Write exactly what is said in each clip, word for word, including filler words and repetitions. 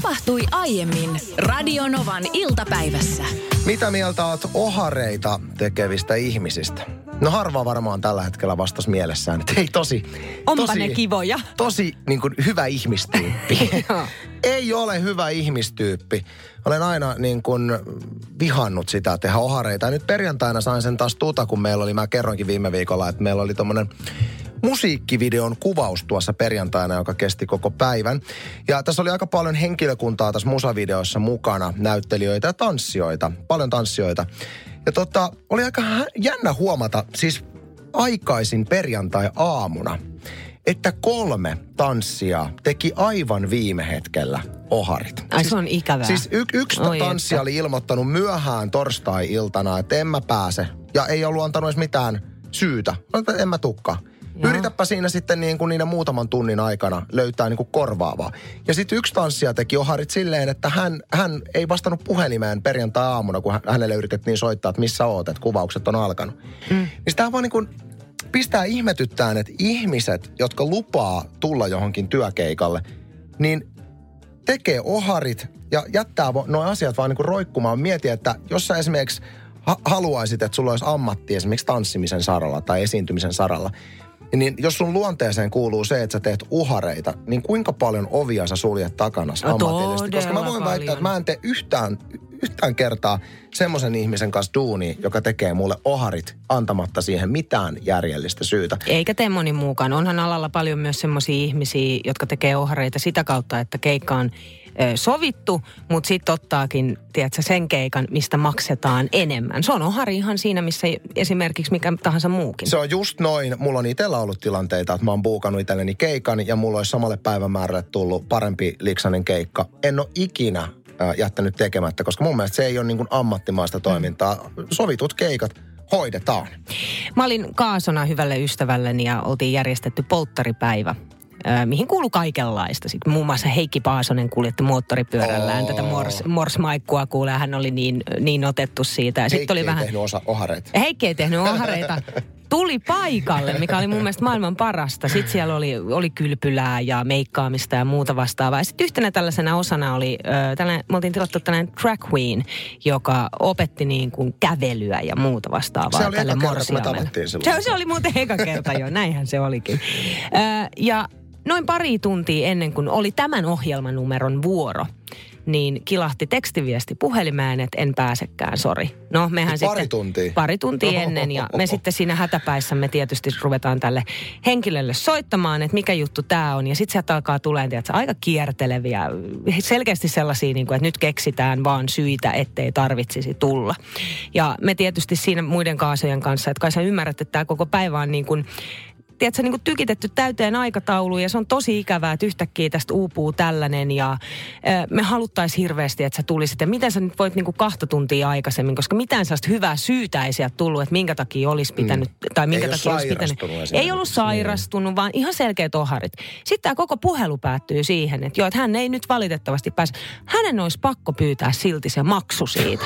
tapahtui aiemmin Radionovan iltapäivässä. Mitä mieltä oot ohareita tekevistä ihmisistä? No harva varmaan tällä hetkellä vastasi mielessään, että ei tosi... Onpa tosi, ne kivoja. Tosi niin kuin hyvä ihmistyyppi. Ei ole hyvä ihmistyyppi. Olen aina niin kuin vihannut sitä tehdä ohareita. Ja nyt perjantaina sain sen taas tuta, kun meillä oli, mä kerroinkin viime viikolla, että meillä oli tommonen musiikkivideon kuvaus tuossa perjantaina, joka kesti koko päivän. Ja tässä oli aika paljon henkilökuntaa tässä musavideossa mukana, näyttelijöitä ja tanssijoita, paljon tanssijoita. Ja tota, oli aika jännä huomata, siis aikaisin perjantai-aamuna, että kolme tanssia teki aivan viime hetkellä oharit. Ai siis, se on ikävää. Siis y- yksi Oi, tanssia että. oli ilmoittanut myöhään torstai-iltana, että en mä pääse. Ja ei ollut antanut edes mitään syytä. Että en mä tukkaa. Joo. Yritäpä siinä sitten niin kuin niiden muutaman tunnin aikana löytää niin kuin korvaavaa. Ja sitten yksi tanssija teki oharit silleen, että hän, hän ei vastannut puhelimeen perjantai-aamuna, kun hänelle yritettiin soittaa, että missä oot, että kuvaukset on alkanut. Mm. Niin sitä vaan niin kuin pistää ihmetyttään, että ihmiset, jotka lupaa tulla johonkin työkeikalle, niin tekee oharit ja jättää nuo asiat vaan niin kuin roikkumaan. Mieti, että jos sä esimerkiksi ha- haluaisit, että sulla olisi ammatti esimerkiksi tanssimisen saralla tai esiintymisen saralla, niin jos sun luonteeseen kuuluu se, että sä teet uhareita, niin kuinka paljon ovia sä suljet takana No, ammatillisesti? Koska mä voin paljon. väittää, että mä en tee yhtään, yhtään kertaa semmoisen ihmisen kanssa duunia, joka tekee mulle oharit antamatta siihen mitään järjellistä syytä. Eikä tee moni muukaan. Onhan alalla paljon myös semmoisia ihmisiä, jotka tekee ohareita sitä kautta, että keikka on ö, sovittu, mutta sitten ottaakin, tiedätkö, sen keikan, mistä maksetaan enemmän. Se on ohari ihan siinä, missä esimerkiksi mikä tahansa muukin. Se on just noin. Mulla on itsellä ollut tilanteita, että mä oon buukannut itselleni keikan ja mulla olisi samalle päivämäärälle tullut parempi liksanen keikka. En ole ikinä äh, jättänyt tekemättä, koska mun mielestä se ei ole niin kuin ammattimaista toimintaa. Sovitut keikat hoidetaan. Mä olin kaasona hyvälle ystävälleni ja oltiin järjestetty polttaripäivä, äh, mihin kuului kaikenlaista. Sitten muun muassa Heikki Paasonen kuljetti moottoripyörällään Oh. tätä mors, morsmaikkua kuulee. Hän oli niin, niin otettu siitä. Ja Heikki oli ei vähän... tehnyt osa ohareita. Heikki ei tehnyt ohareita. Tuli paikalle, mikä oli mun mielestä maailman parasta. Sitten siellä oli, oli kylpylää ja meikkaamista ja muuta vastaavaa. Ja sitten yhtenä tällaisena osana oli, äh, tällainen, me oltiin tilattu tällainen drag queen, joka opetti niin kuin kävelyä ja muuta vastaavaa. Se oli eka kerta, kun me tavattiin silloin. Se, se oli muuten eka kerta jo, näinhän se olikin. Äh, ja noin pari tuntia ennen kuin oli tämän ohjelmanumeron vuoro, niin kilahti tekstiviesti puhelimeen, että en pääsekään, sori. No mehän pari sitten... Pari tuntia? Pari tuntia ennen ja me sitten siinä hätäpäissämme tietysti ruvetaan tälle henkilölle soittamaan, että mikä juttu tämä on. Ja sitten sieltä alkaa tulemaan, tiedätkö, aika kierteleviä, selkeästi sellaisia, niin kuin, että nyt keksitään vaan syitä, ettei tarvitsisi tulla. Ja me tietysti siinä muiden kaasojen kanssa, että kai sä ymmärrät, että tämä koko päivä on niin kuin... Tiedätkö, niin kuin tykitetty täyteen aikatauluun ja se on tosi ikävää, että yhtäkkiä tästä uupuu tällainen ja äh, me haluttaisiin hirveästi, että sä tulisit. Ja miten sä nyt voit niin kuin kahta tuntia aikaisemmin, koska mitään sellaista hyvää syytä ei sieltä tullut, että minkä takia olisi pitänyt, mm. tai minkä ei takia olisi pitänyt. Ei ollut sairastunut, mm. vaan ihan selkeät oharit. Sitten tämä koko puhelu päättyy siihen, että joo, että hän ei nyt valitettavasti pääse. Hänen olisi pakko pyytää silti se maksu siitä.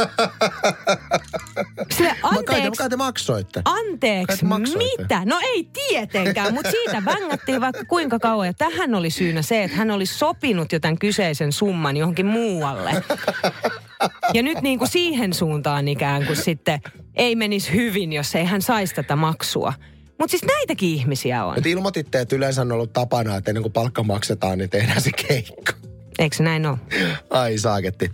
Sille, anteeksi. Kai te maksoitte. Anteeksi, mitä? No ei tietenkään, mutta siitä vängättiin vaikka kuinka kauan. Ja tähän oli syynä se, että hän oli sopinut jo tämän kyseisen summan johonkin muualle. Ja nyt niin kuin siihen suuntaan ikään kuin sitten ei menisi hyvin, jos ei hän saisi tätä maksua. Mutta siis näitäkin ihmisiä on. Nyt ilmoititte, että yleensä on ollut tapana, että ennen kuin palkka maksetaan, niin tehdään se keikka. Eikö se näin ole? Ai saaketti.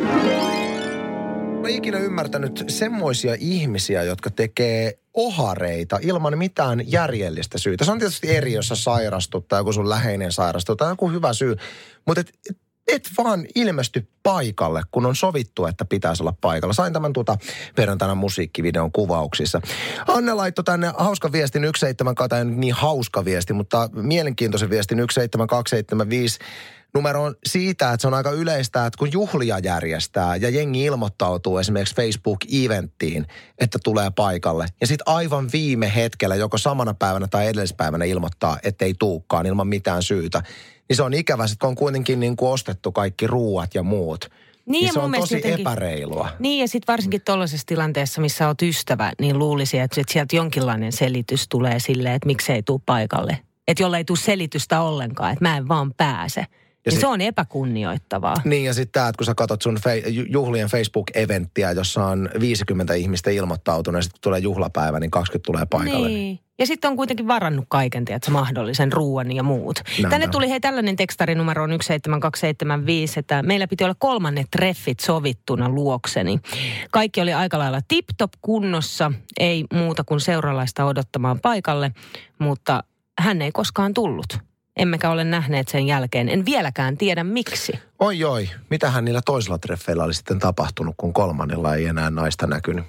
Mä ikinä ymmärtänyt semmoisia ihmisiä, jotka tekee ohareita ilman mitään järjellistä syytä. Se on tietysti eri, jos sä sairastut tai joku sun läheinen sairastuu tai joku hyvä syy. Mutta et, et, et vaan ilmesty paikalle, kun on sovittu, että pitäisi olla paikalla. Sain tämän tuota perjantaina musiikkivideon kuvauksissa. Anne laittoi tänne hauska viestin yksi seitsemän, tai niin hauska viesti, mutta mielenkiintoisen viestin yksi seitsemän kaksi seitsemän viisi numero on siitä, että se on aika yleistä, että kun juhlia järjestää ja jengi ilmoittautuu esimerkiksi Facebook-eventtiin, että tulee paikalle. Ja sitten aivan viime hetkellä, joko samana päivänä tai edellispäivänä ilmoittaa, että ei tuukaan ilman mitään syytä. Niin se on ikävä, että kun on kuitenkin niin kuin ostettu kaikki ruuat ja muut. Niin, niin se on tosi jotenkin epäreilua. Niin ja sitten varsinkin tuollaisessa tilanteessa, missä olet ystävä, niin luulisi, että sieltä jonkinlainen selitys tulee silleen, että miksei tule paikalle. Että jolla ei tule selitystä ollenkaan, että mä en vaan pääse. Ja sit, se on epäkunnioittavaa. Niin ja sitten tämä, että kun sä katsot sun fe, juhlien Facebook-eventtiä, jossa on viisikymmentä ihmistä ilmoittautunut ja sitten kun tulee juhlapäivä, niin kaksikymmentä tulee paikalle. Niin. Ja sitten on kuitenkin varannut kaiken, tiedätkö, mahdollisen ruoan ja muut. Näin Tänne tuli hei tällainen tekstarinumero on yksi seitsemän kaksi seitsemän viisi, että meillä piti olla kolmannet treffit sovittuna luokseni. Kaikki oli aika lailla tip-top kunnossa, ei muuta kuin seuralaista odottamaan paikalle, mutta hän ei koskaan tullut. Emmekä ole nähneet sen jälkeen. En vieläkään tiedä miksi. Oi oi, mitähän niillä toisilla treffeillä oli sitten tapahtunut, kun kolmannella ei enää naista näkynyt?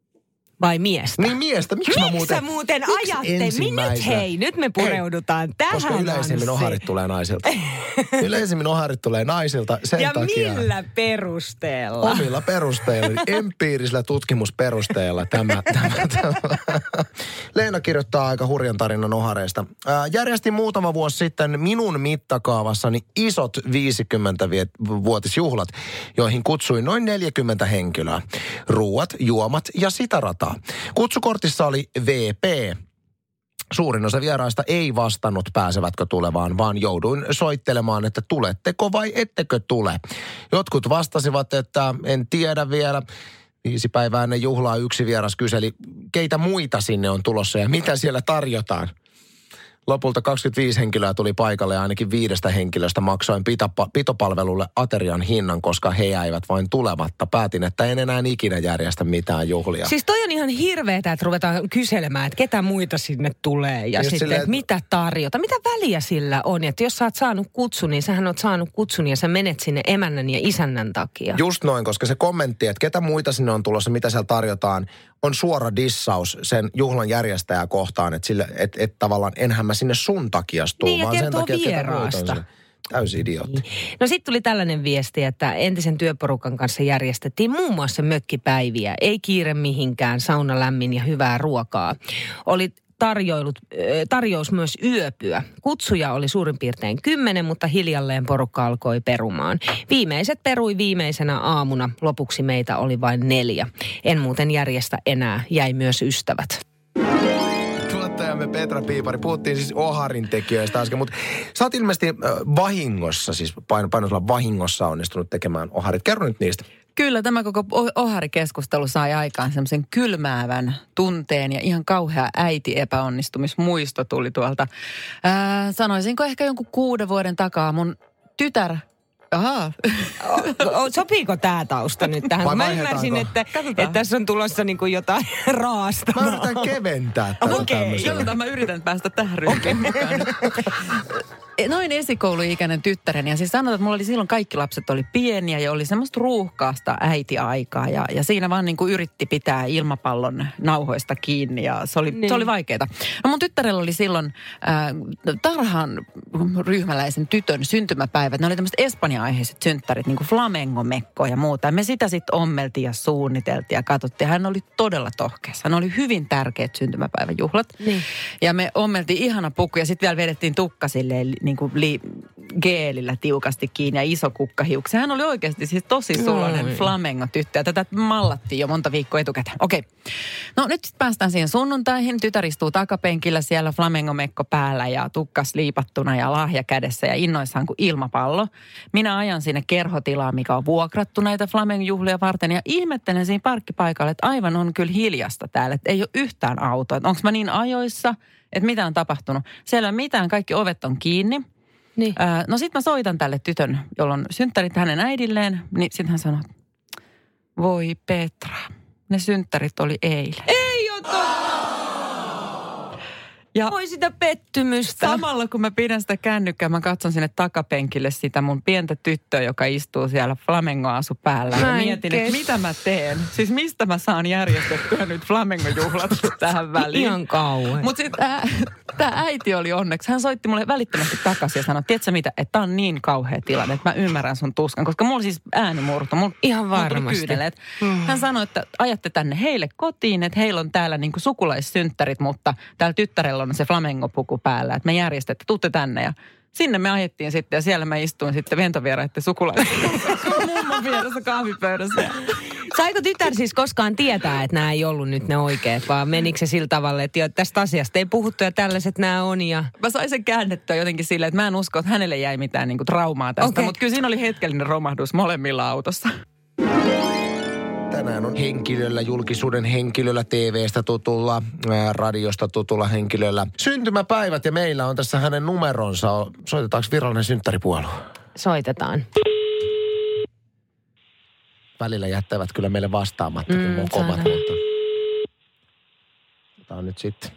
Vai miestä? Niin miestä. Miksi mä muuten, sä muuten ajattelit? Nyt hei, nyt me pureudutaan hei, tähän. Koska yleisimmin oharit tulee naisilta. Yleisimmin oharit tulee naisilta sen ja takia. Ja millä perusteella? Omilla perusteilla, empiirisellä tutkimusperusteella tämä, tämä, tämä. Leena kirjoittaa aika hurjan tarinan ohareista. Ää, järjestin muutama vuosi sitten minun mittakaavassani isot viisikymmentävuotisjuhlat, joihin kutsuin noin neljäkymmentä henkilöä. Ruuat, juomat ja sitä rataa. Kutsukortissa oli V P. Suurin osa vieraista ei vastannut pääsevätkö tulevaan, vaan jouduin soittelemaan, että tuletteko vai ettekö tule. Jotkut vastasivat, että en tiedä vielä. Viisi päivää ennen juhlaa yksi vieras kyseli, keitä muita sinne on tulossa ja mitä siellä tarjotaan. Lopulta kaksikymmentäviisi henkilöä tuli paikalle ja ainakin viidestä henkilöstä maksoin pitapa, pitopalvelulle aterian hinnan, koska he jäivät vain tulematta. Päätin, että en enää ikinä järjestä mitään juhlia. Siis toi on ihan hirveetä, että ruvetaan kyselemään, että ketä muita sinne tulee ja, ja sitten, sille, että mitä tarjota. Mitä väliä sillä on? Että jos sä oot saanut kutsun, niin sähän oot saanut kutsun ja sä menet sinne emännän ja isännän takia. Just noin, koska se kommentti, että ketä muita sinne on tulossa, mitä siellä tarjotaan, on suora dissaus sen juhlan järjestäjää kohtaan, että, sille, että, että tavallaan enhän mä sinne sun takia stuu, niin, vaan sen takia, että vieraasta. Täysin idiootti. No sitten tuli tällainen viesti, että entisen työporukan kanssa järjestettiin muun muassa mökkipäiviä. Ei kiire mihinkään, sauna lämmin ja hyvää ruokaa. Oli tarjoilut, tarjous myös yöpyä. Kutsuja oli suurin piirtein kymmenen, mutta hiljalleen porukka alkoi perumaan. Viimeiset perui viimeisenä aamuna. Lopuksi meitä oli vain neljä. En muuten järjestä enää. Jäi myös ystävät. Tuottajamme Petra Piipari. Puhuttiin siis oharin tekijöistä äsken, mutta sä oot ilmeisesti vahingossa, siis painoisella vahingossa onnistunut tekemään oharit. Kerro nyt niistä. Kyllä, tämä koko oharikeskustelu sai aikaan semmoisen kylmäävän tunteen ja ihan kauhea äiti-epäonnistumismuisto tuli tuolta. Ää, sanoisinko ehkä jonkun kuuden vuoden takaa mun tytär... Ahaa. Sopiiko tämä tausta nyt tähän? Vai mä ymmärsin, että, että tässä on tulossa niin kuin jotain raasta. Mä yritän keventää tätä. Okei, okay. Mä yritän päästä tähän ryhmään mukaan. Noin esikouluikäinen tyttären ja siis sanotaan, että mulla oli silloin kaikki lapset oli pieniä ja oli semmoista ruuhkaasta äitiaikaa ja, ja siinä vaan niin kuin yritti pitää ilmapallon nauhoista kiinni ja se oli, niin. se oli vaikeaa. No mun tyttärellä oli silloin äh, tarhan ryhmäläisen tytön syntymäpäivät. Ne oli tämmöiset Espanja-aiheiset synttärit, niin kuin flamengo-mekko ja muuta. Me sitä sitten ommeltiin ja suunniteltiin ja katsottiin. Hän oli todella tohkeassa. Ne oli hyvin tärkeät syntymäpäiväjuhlat. Niin. Ja me ommeltiin ihana pukku ja sitten vielä vedettiin tukka silleen niin kuin li, geelillä tiukasti kiinni ja iso kukkahiuksi. Hän oli oikeasti siis tosi suloinen mm. flamengo-tyttö ja tätä mallattiin jo monta viikkoa etukäteen. Okei. No nyt sitten päästään siihen sunnuntaihin. Tytär istuu takapenkillä siellä flamengo-mekko päällä ja tukkas liipattuna ja lahja kädessä ja innoissaan kuin ilmapallo. Minä ajan sinne kerhotilaan, mikä on vuokrattu näitä flamengo-juhlia varten ja ihmettelen siinä parkkipaikalla, että aivan on kyllä hiljasta täällä, että ei ole yhtään autoa. Onko mä niin ajoissa, että mitä on tapahtunut? Siellä ei ole mitään, kaikki ovet on kiinni. Niin. Äh, no sit mä soitan tälle tytön, jolla on synttärit hänen äidilleen, niin sit hän sanoo, voi Petra, ne synttärit oli eilen. Ei ole totta! Ja voi sitä pettymystä. Samalla kun mä pidän sitä kännykkää, mä katson sinne takapenkille sitä mun pientä tyttöä, joka istuu siellä flamengo-asu päällä. Ja mietin, että mitä mä teen. Siis mistä mä saan järjestettyä nyt flamengo-juhlat tähän väliin. Ihan kauhean. Mutta sitten tämä äiti oli onneksi. Hän soitti mulle välittömästi takaisin ja sanoi, tiedätkö mitä, että tää on niin kauhea tilanne, että mä ymmärrän sun tuskan. Koska mulla siis ääni murtu. Mulla, ihan varmasti. Mm. Hän sanoi, että ajatte tänne heille kotiin, että heillä on täällä niinku sukulaissynttärit, mutta täällä tyttärellä on se flamengo-puku päällä, että me järjestetään, tuutte tänne. Ja sinne me ajettiin sitten ja siellä mä istuin sitten ventovieraiden sukulaisten mummon vieressä kahvipöydässä. Saiko tytär siis koskaan tietää, että nämä ei ollut nyt ne oikeat, vaan menikö se sillä tavalla, että jo, tästä asiasta ei puhuttu ja tällaiset nämä on ja... Mä sain sen käännettyä jotenkin silleen, että mä en usko, että hänelle jäi mitään niinku traumaa tästä, okay. Mutta kyllä siinä oli hetkellinen romahdus molemmilla autossa. Tänään on henkilöllä, julkisuuden henkilöllä, T V:stä tutulla, ää, radiosta tutulla henkilöllä syntymäpäivät ja meillä on tässä hänen numeronsa. Soitetaanko virallinen synttäripuolu? Soitetaan. Välillä jättävät kyllä meille vastaamatta, kun mm, mokomat, mutta tämä on nyt sitten.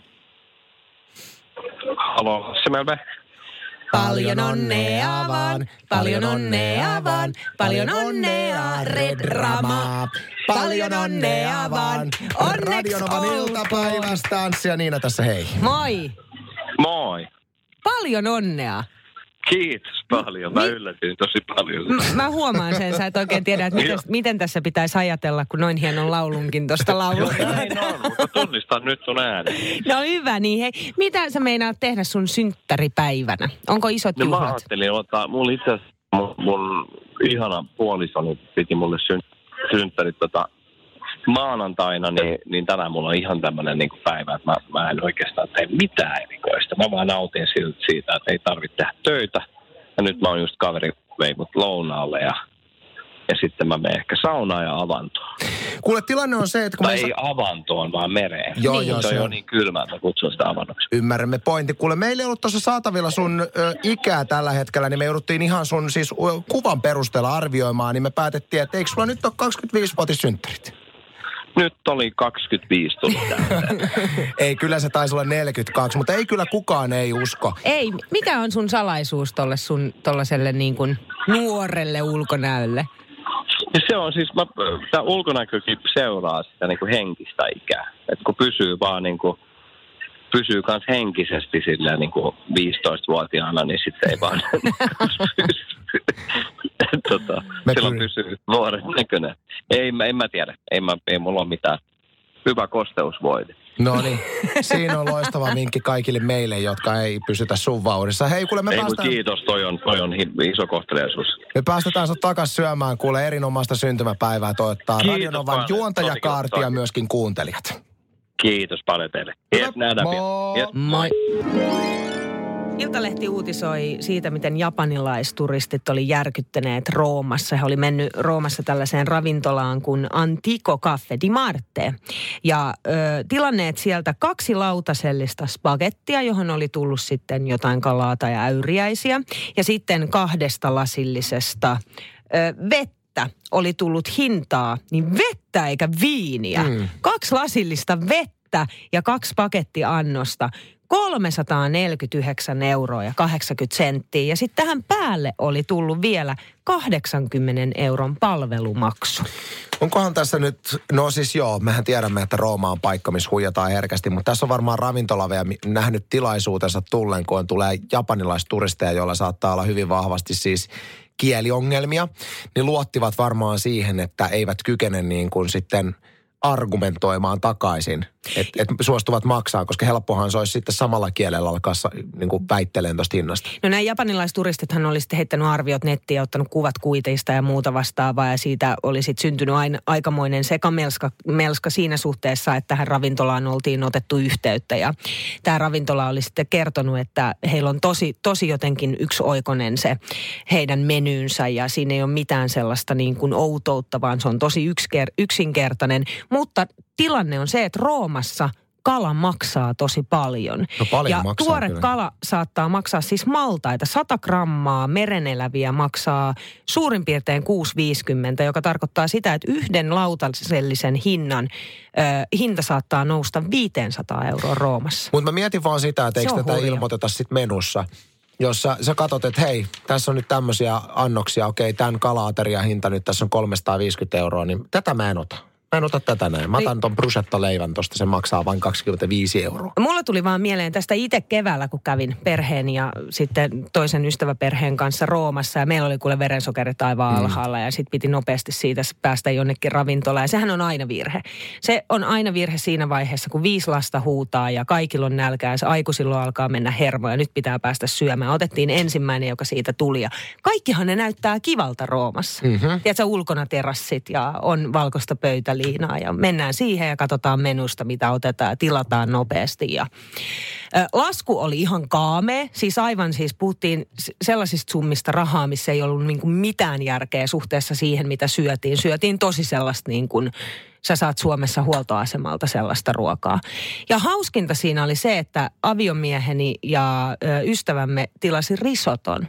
Halo, Semmelbe. Paljon onnea vaan, paljon onnea vaan, paljon onnea Red Rama. Paljon onnea vaan, onneksi Radio Novan iltapäivästä, Anssi ja Niina tässä, hei. Moi. Moi. Paljon onnea. Kiitos paljon. Mä Mi- yllätyin tosi paljon. M- mä huomaan sen, sä et oikein tiedä, että miten, miten tässä pitäisi ajatella, kun noin hienon laulunkin tuosta laulua. Näin on, mutta tunnistan nyt sun ääni. No hyvä, niin hei. Mitä sä meinaat tehdä sun synttäripäivänä? Onko isot no, juhlat? Mä ajattelin ottaa, mulla itse asiassa mun, mun ihana puolisoni piti mulle syn- synttärit tota, maanantaina, niin, niin tänään mulla on ihan tämmönen niin kuin päivä, että mä, mä en oikeastaan tee mitään erikoista. Mä vaan nautin siitä, että ei tarvitse tehdä töitä. Ja nyt mä oon just kaveri vei mut lounaalle ja, ja sitten mä menen ehkä saunaan ja avantoon. Kuule, tilanne on se, että kun tai me... ei sa- avantoon, vaan mereen. Joo, niin, joo, se, se on on niin kylmää, että mä kutsun sitä avannoksi. Ymmärrämme pointti. Kuule, meillä ei ollut tuossa saatavilla sun ö, ikää tällä hetkellä, niin me jouduttiin ihan sun siis ö, kuvan perusteella arvioimaan, niin me päätettiin, että eikö sulla nyt ole kaksikymmentäviisi-vuotissynttärit? Nyt oli kaksikymmentäviisi tullut täyteen. Ei, kyllä se taisi olla neljäkymmentäkaksi, mutta ei kyllä kukaan ei usko. Ei, mikä on sun salaisuus tolle sun tollaselle niin kuin nuorelle ulkonäölle? Ja se on siis, tämä ulkonäkökin seuraa sitä niin kuin henkistä ikää. Että kun pysyy vaan niin kuin, pysyy kans henkisesti sillä niin kuin viisitoistavuotiaana, niin sitten ei vaan tota, silloin pysyy nuoren näköinen. Ei, en mä tiedä. Ei, mä, ei mulla ole mitään. Hyvä kosteusvoide. No niin, siinä on loistava vinkki kaikille meille, jotka ei pysytä sun vauhdissa. Hei, kuule, me ei, päästään... kiitos, toi on, toi on iso kohteliaisuus. Me päästetään sut takas syömään, kuule, erinomaista syntymäpäivää toivottaa Radio Novan juontajakaarti ja myöskin kuuntelijat. Kiitos paljon teille. Yes, nähdään Moi. Yes. Moi. Iltalehti uutisoi siitä, miten japanilaisturistit oli järkyttäneet Roomassa. He oli mennyt Roomassa tällaiseen ravintolaan kuin Antico Caffè di Marte. Ja ö, tilanneet sieltä kaksi lautasellista spagettia, johon oli tullut sitten jotain kalaa tai äyriäisiä. Ja sitten kahdesta lasillisesta ö, vettä oli tullut hintaa, niin vettä eikä viiniä. Mm. Kaksi lasillista vettä ja kaksi pakettiannosta. kolmesataaneljäkymmentäyhdeksän euroa ja kahdeksankymmentä senttiä. Ja sitten tähän päälle oli tullut vielä kahdeksankymmenen euron palvelumaksu. Onkohan tässä nyt, no siis joo, mehän tiedämme, että Rooma on paikka, missä huijataan herkästi, mutta tässä on varmaan ravintolaveja nähnyt tilaisuutensa tullen, kun tulee japanilaisturisteja, joilla saattaa olla hyvin vahvasti siis kieliongelmia, niin luottivat varmaan siihen, että eivät kykene niin kuin sitten argumentoimaan takaisin, että et suostuvat maksaa, koska helppohan se olisi sitten samalla kielellä alkaa niin kuin väittelemään tuosta hinnasta. No nämä japanilaisturistethan oli sitten heittänyt arviot nettiin ja ottanut kuvat kuiteista ja muuta vastaavaa ja siitä oli sitten syntynyt aina aikamoinen sekamelska melska siinä suhteessa, että tähän ravintolaan oltiin otettu yhteyttä ja tämä ravintola oli sitten kertonut, että heillä on tosi, tosi jotenkin yksioikoinen se heidän menyynsä ja siinä ei ole mitään sellaista niin kuin outoutta, vaan se on tosi yksker, yksinkertainen, mutta tilanne on se, että Roomassa kala maksaa tosi paljon. No paljon ja maksaa tuore kyllä. kala saattaa maksaa siis maltaita. sata grammaa mereneläviä maksaa suurin piirtein kuusi viisikymmentä, joka tarkoittaa sitä, että yhden lautasellisen hinnan ö, hinta saattaa nousta viisisataa euroa Roomassa. Mutta mä mietin vaan sitä, että eikö tätä hurja. ilmoiteta sitten menussa. Jos sä, sä katsot, että hei, tässä on nyt tämmöisiä annoksia, okei, tämän kala-aterian hinta nyt tässä on kolmesataaviisikymmentä euroa, niin tätä mä en ota. mä en ota tätä näin. Mä otan ton bruschetta-leivän tosta, se maksaa vain kaksikymmentäviisi euroa. Mulla tuli vaan mieleen tästä itse keväällä, kun kävin perheen ja sitten toisen ystäväperheen kanssa Roomassa. Ja meillä oli kuule verensokerit aivan mm. alhaalla ja sitten piti nopeasti siitä päästä jonnekin ravintolaan. Ja sehän on aina virhe. Se on aina virhe siinä vaiheessa, kun viisi lasta huutaa ja kaikilla on nälkää. Ja se aikuisilla alkaa mennä hermo ja nyt pitää päästä syömään. Otettiin ensimmäinen, joka siitä tuli. Ja kaikkihan ne näyttää kivalta Roomassa. Mm-hmm. Tiedätkö, ulkona terassit ja on valkoista pöytäliinaa ja mennään siihen ja katsotaan menusta, mitä otetaan ja tilataan nopeasti. Ja, ä, lasku oli ihan kaamea, siis aivan siis puhuttiin sellaisista summista rahaa, missä ei ollut niin kuin mitään järkeä suhteessa siihen, mitä syötiin. Syötiin tosi sellaista niin kuin sä saat Suomessa huoltoasemalta sellaista ruokaa. Ja hauskinta siinä oli se, että aviomieheni ja ä, ystävämme tilasi risoton.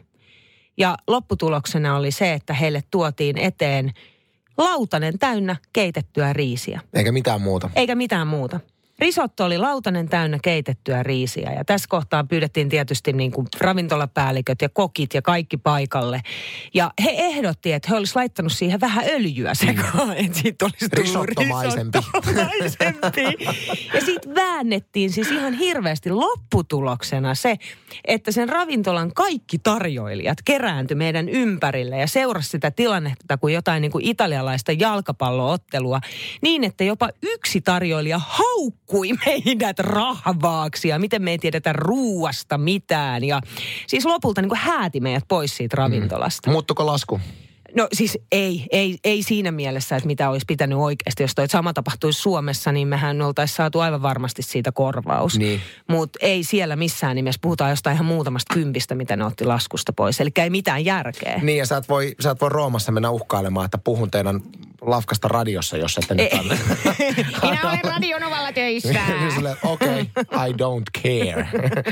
Ja lopputuloksena oli se, että heille tuotiin eteen lautanen täynnä keitettyä riisiä. Eikä mitään muuta. Eikä mitään muuta. Risotto oli lautanen täynnä keitettyä riisiä ja tässä kohtaa pyydettiin tietysti niin kuin ravintolapäälliköt ja kokit ja kaikki paikalle. Ja he ehdotti, että he olisivat laittanut siihen vähän öljyä sekaan, mm. että siitä olisi tullut risottomaisempi. risottomaisempi. Ja sitten väännettiin siis ihan hirveästi lopputuloksena se, että sen ravintolan kaikki tarjoilijat kerääntyi meidän ympärille ja seurasi sitä tilannetta kuin jotain niin kuin italialaista jalkapalloottelua niin, että jopa yksi tarjoilija haukkui meidät rahvaaksi ja miten me ei tiedetä ruuasta mitään. Ja siis lopulta niin kuin hääti meidät pois siitä ravintolasta. Mm. Muuttuko lasku? No siis ei, ei, ei siinä mielessä, että mitä olisi pitänyt oikeasti. Jos toi sama tapahtuisi Suomessa, niin mehän oltaisiin saatu aivan varmasti siitä korvaus. Niin. Mutta ei siellä missään nimessä. Puhutaan jostain ihan muutamasta kympistä, mitä ne otti laskusta pois. Eli ei mitään järkeä. Niin ja sä et voi, sä et voi Roomassa mennä uhkailemaan, että puhun teidän lafkasta radiossa, jos ette nyt anna. Minä olen Radionovalla töissä. Okei, okay, I don't care.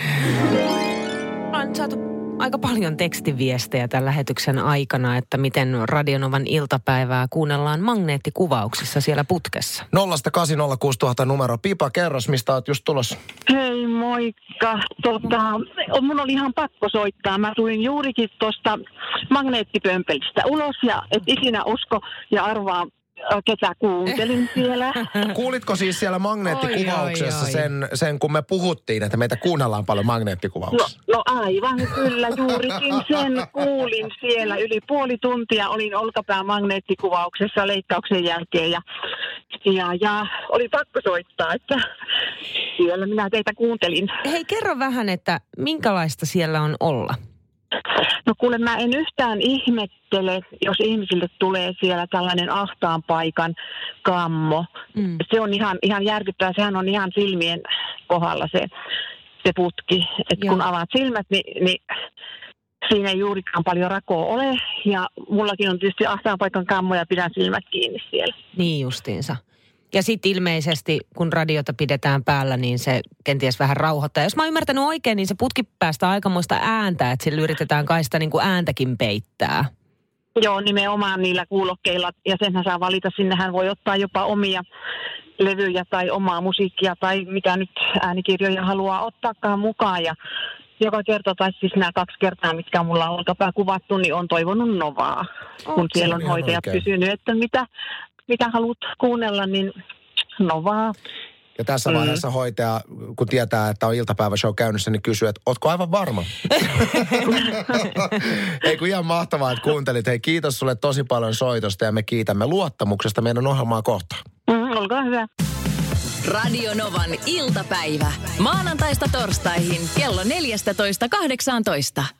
On saatu aika paljon tekstiviestejä tämän lähetyksen aikana, että miten Radionovan iltapäivää kuunnellaan magneettikuvauksissa siellä putkessa. Nollasta kahdeksan nolla kuusi tuhatta numero. Pipa, kerros, mistä oot just tulossa? Hei, moikka. Tota, mun oli ihan pakko soittaa. Mä tulin juurikin tuosta magneettipömpelistä ulos ja et ikinä usko ja arvaa, ketä kuuntelin siellä. Kuulitko siis siellä magneettikuvauksessa oi, oi, oi. Sen, sen, kun me puhuttiin, että meitä kuunnellaan paljon magneettikuvauksessa? No, no aivan kyllä, juurikin sen kuulin siellä. Yli puoli tuntia olin olkapään magneettikuvauksessa leikkauksen jälkeen ja, ja, ja oli pakko soittaa, että siellä minä teitä kuuntelin. Hei, kerro vähän, että minkälaista siellä on olla? No kuule, mä en yhtään ihmettele, jos ihmisille tulee siellä tällainen ahtaan paikan kammo. Mm. Se on ihan, ihan järkyttävää. Sehän on ihan silmien kohdalla se, se putki. Että kun avaat silmät, niin, niin siinä ei juurikaan paljon rakoa ole. Ja mullakin on tietysti ahtaan paikan kammo ja pidän silmät kiinni siellä. Niin justiinsa. Ja sitten ilmeisesti, kun radiota pidetään päällä, niin se kenties vähän rauhoittaa. Jos mä oon ymmärtänyt oikein, niin se putki päästää aikamoista ääntä, että sillä yritetään kai sitä niin kuin ääntäkin peittää. Joo, nimenomaan niillä kuulokkeilla. Ja senhän saa valita, sinnehän voi ottaa jopa omia levyjä tai omaa musiikkia tai mitä nyt äänikirjoja haluaa ottaakaan mukaan. Ja joka kerta, tai siis nämä kaksi kertaa, mitkä mulla on olkapää kuvattu, niin on toivonut Novaa. Oh, kun siellä on hoitajat kysynyt, että mitä... mitä haluat kuunnella, niin Novaa. Ja tässä vaiheessa mm. hoitaja, kun tietää, että on iltapäiväshow käynnissä, niin kysyy, että ootko aivan varma? Ei kun ihan mahtavaa, että kuuntelit. Hei, kiitos sulle tosi paljon soitosta ja me kiitämme luottamuksesta meidän ohjelmaa kohtaan. Mm, olkaa hyvä. Radio Novan iltapäivä. Maanantaista torstaihin kello neljätoista kahdeksantoista.